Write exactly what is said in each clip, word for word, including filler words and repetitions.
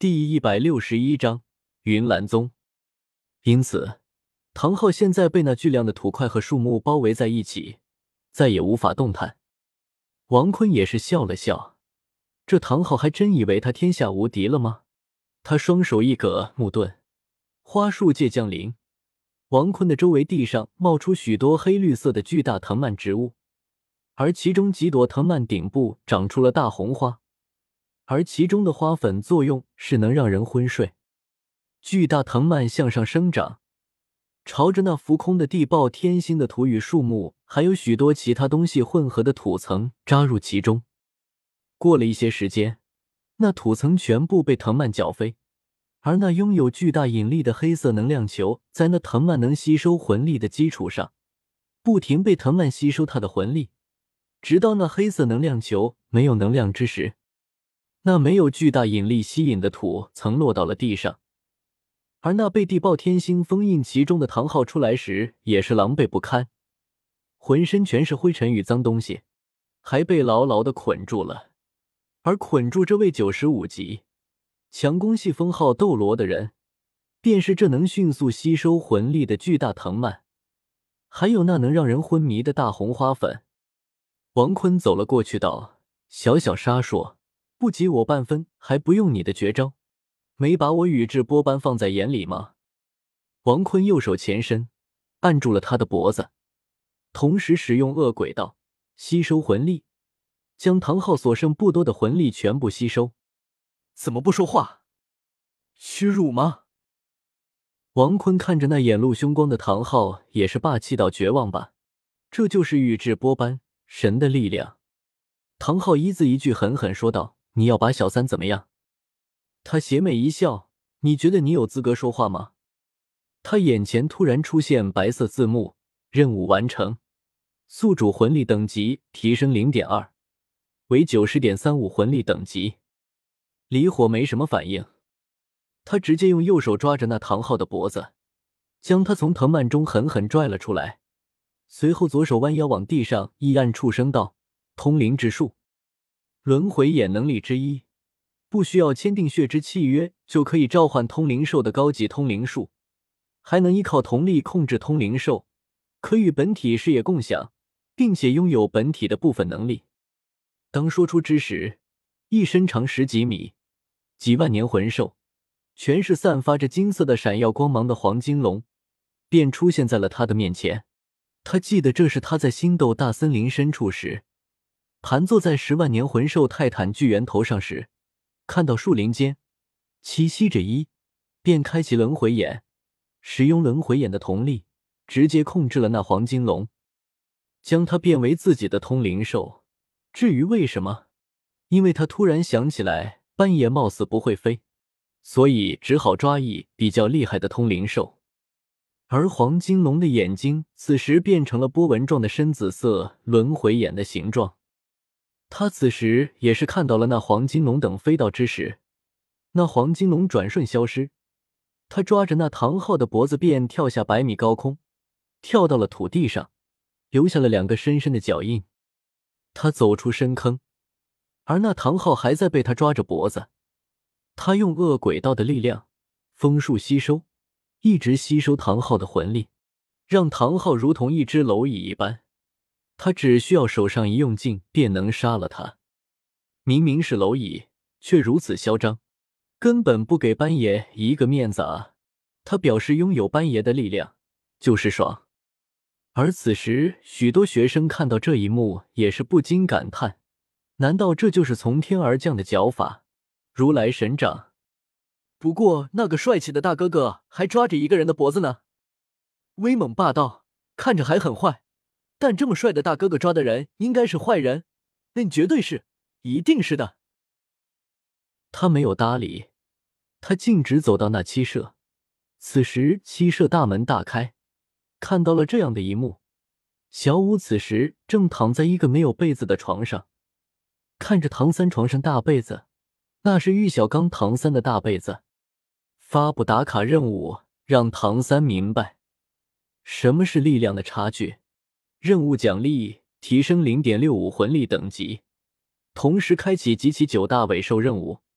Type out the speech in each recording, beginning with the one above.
第一百六十一章云岚宗。因此唐昊现在被那巨量的土块和树木包围在一起，再也无法动弹。王坤也是笑了笑，这唐昊还真以为他天下无敌了吗？他双手一搁木盾，花树界降临，王坤的周围地上冒出许多黑绿色的巨大藤蔓植物，而其中几朵藤蔓顶部长出了大红花，而其中的花粉作用是能让人昏睡。巨大藤蔓向上生长，朝着那浮空的地爆天星的土与树木还有许多其他东西混合的土层扎入其中。过了一些时间，那土层全部被藤蔓搅飞，而那拥有巨大引力的黑色能量球在那藤蔓能吸收魂力的基础上，不停被藤蔓吸收它的魂力，直到那黑色能量球没有能量之时。那没有巨大引力吸引的土层落到了地上，而那被地爆天星封印其中的唐昊出来时也是狼狈不堪，浑身全是灰尘与脏东西，还被牢牢地捆住了。而捆住这位九十五级强攻系封号斗罗的人，便是这能迅速吸收魂力的巨大藤蔓，还有那能让人昏迷的大红花粉。王坤走了过去道：小小沙硕，不及我半分，还不用你的绝招，没把我宇智波斑放在眼里吗？王坤右手前伸，按住了他的脖子，同时使用恶鬼道吸收魂力，将唐昊所剩不多的魂力全部吸收。怎么不说话？屈辱吗？王坤看着那眼露凶光的唐昊，也是霸气到绝望吧。这就是宇智波斑神的力量。唐昊一字一句狠狠说道：你要把小三怎么样？他邪魅一笑，你觉得你有资格说话吗？他眼前突然出现白色字幕，任务完成，宿主魂力等级提升 零点二， 为 九十点三五 魂力等级。李火没什么反应，他直接用右手抓着那唐昊的脖子，将他从藤蔓中狠狠拽了出来，随后左手弯腰往地上一按，触声道：通灵之术，轮回眼能力之一，不需要签订血之契约就可以召唤通灵兽的高级通灵术，还能依靠瞳力控制通灵兽，可与本体视野共享，并且拥有本体的部分能力。当说出之时，一身长十几米，几万年魂兽，全是散发着金色的闪耀光芒的黄金龙，便出现在了他的面前。他记得这是他在星斗大森林深处时，盘坐在十万年魂兽泰坦巨猿头上时，看到树林间栖息着一，便开启轮回眼，使用轮回眼的瞳力，直接控制了那黄金龙，将它变为自己的通灵兽。至于为什么，因为他突然想起来斑野貌似不会飞，所以只好抓一比较厉害的通灵兽。而黄金龙的眼睛此时变成了波纹状的深紫色轮回眼的形状。他此时也是看到了那黄金龙等飞到之时，那黄金龙转瞬消失，他抓着那唐昊的脖子便跳下百米高空，跳到了土地上，留下了两个深深的脚印。他走出深坑，而那唐昊还在被他抓着脖子。他用恶鬼道的力量风术吸收，一直吸收唐昊的魂力，让唐昊如同一只蝼蚁一般，他只需要手上一用劲便能杀了他。明明是蝼蚁，却如此嚣张，根本不给斑爷一个面子啊！他表示拥有斑爷的力量就是爽。而此时许多学生看到这一幕也是不禁感叹，难道这就是从天而降的脚法，如来神掌？不过那个帅气的大哥哥还抓着一个人的脖子呢，威猛霸道，看着还很坏，但这么帅的大哥哥抓的人应该是坏人，那绝对是，一定是的。他没有搭理，他径直走到那七舍。此时七舍大门大开，看到了这样的一幕。小五此时正躺在一个没有被子的床上，看着唐三床上大被子，那是玉小刚唐三的大被子。发布打卡任务，让唐三明白什么是力量的差距。任务奖励提升 零点六五 魂力等级，同时开启集齐九大尾兽任务，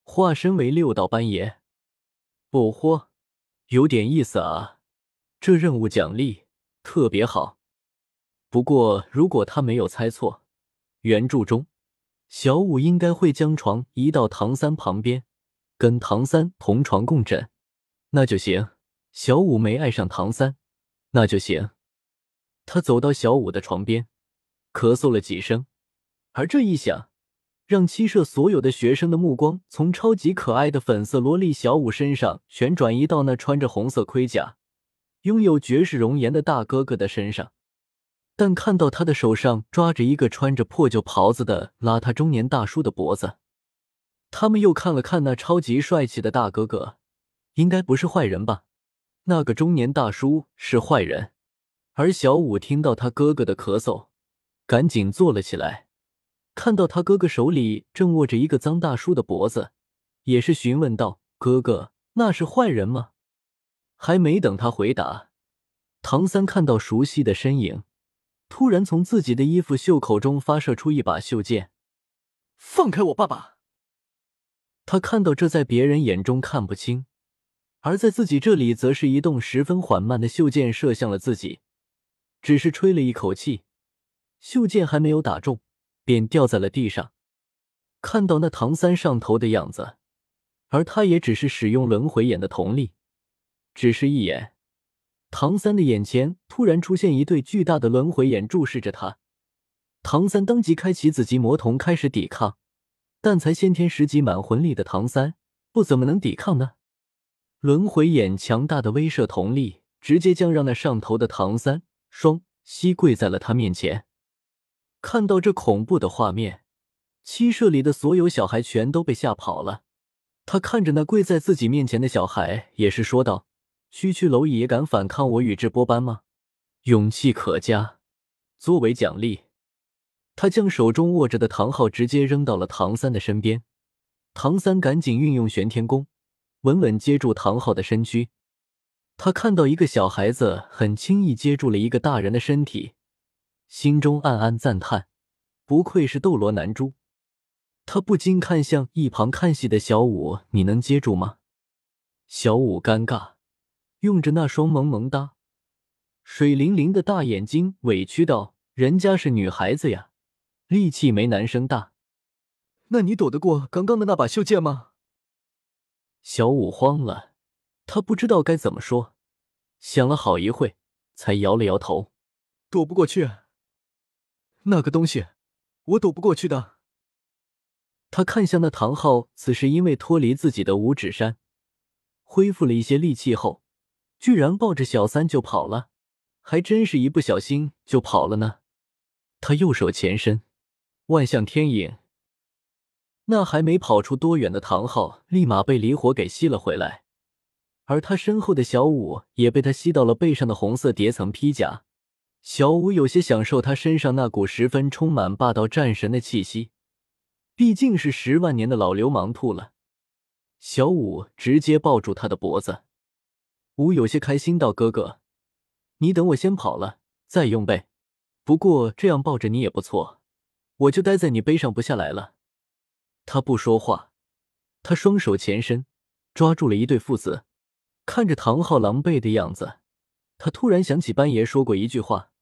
化身为六道斑爷。哦豁，有点意思啊，这任务奖励特别好。不过如果他没有猜错，原著中小舞应该会将床移到唐三旁边，跟唐三同床共枕，那就行。小舞没爱上唐三，那就行。他走到小舞的床边，咳嗽了几声，而这一响让七舍所有的学生的目光从超级可爱的粉色萝莉小舞身上全转移到那穿着红色盔甲、拥有绝世容颜的大哥哥的身上。但看到他的手上抓着一个穿着破旧袍子的邋遢中年大叔的脖子，他们又看了看那超级帅气的大哥哥，应该不是坏人吧？那个中年大叔是坏人。而小舞听到他哥哥的咳嗽，赶紧坐了起来，看到他哥哥手里正握着一个脏大叔的脖子，也是询问道：哥哥，那是坏人吗？还没等他回答，唐三看到熟悉的身影，突然从自己的衣服袖口中发射出一把袖剑。 放开我爸爸！ 他看到这在别人眼中看不清，而在自己这里则是移动十分缓慢的袖剑射向了自己，只是吹了一口气，袖剑还没有打中，便掉在了地上。看到那唐三上头的样子，而他也只是使用轮回眼的瞳力，只是一眼，唐三的眼前突然出现一对巨大的轮回眼注视着他。唐三当即开启紫极魔瞳开始抵抗，但才先天十级满魂力的唐三不怎么能抵抗呢？轮回眼强大的威慑瞳力直接将让那上头的唐三双膝跪在了他面前。看到这恐怖的画面，七舍里的所有小孩全都被吓跑了。他看着那跪在自己面前的小孩，也是说道：区区蝼蚁也敢反抗我宇智波斑吗？勇气可嘉。作为奖励，他将手中握着的唐昊直接扔到了唐三的身边。唐三赶紧运用玄天功，稳稳接住唐昊的身躯。他看到一个小孩子很轻易接住了一个大人的身体，心中暗暗赞叹，不愧是斗罗男珠。他不禁看向一旁看戏的小舞，你能接住吗？小舞尴尬，用着那双萌萌哒、水灵灵的大眼睛委屈道：人家是女孩子呀，力气没男生大。 那你躲得过刚刚的那把袖剑吗？ 小舞慌了，他不知道该怎么说，想了好一会，才摇了摇头。 躲不过去。那个东西，我躲不过去的。 他看向那唐昊，此时因为脱离自己的五指山，恢复了一些力气后，居然抱着小三就跑了，还真是一不小心就跑了呢。他右手前伸，万象天影。那还没跑出多远的唐昊立马被离火给吸了回来，而他身后的小舞也被他吸到了背上的红色叠层披甲。小舞有些享受他身上那股十分充满霸道战神的气息，毕竟是十万年的老流氓兔了。小舞直接抱住他的脖子，舞有些开心道：哥哥，你等我先跑了再用背，不过这样抱着你也不错，我就待在你背上不下来了。他不说话，他双手前伸，抓住了一对父子。看着唐昊狼狈的样子，他突然想起班爷说过一句话：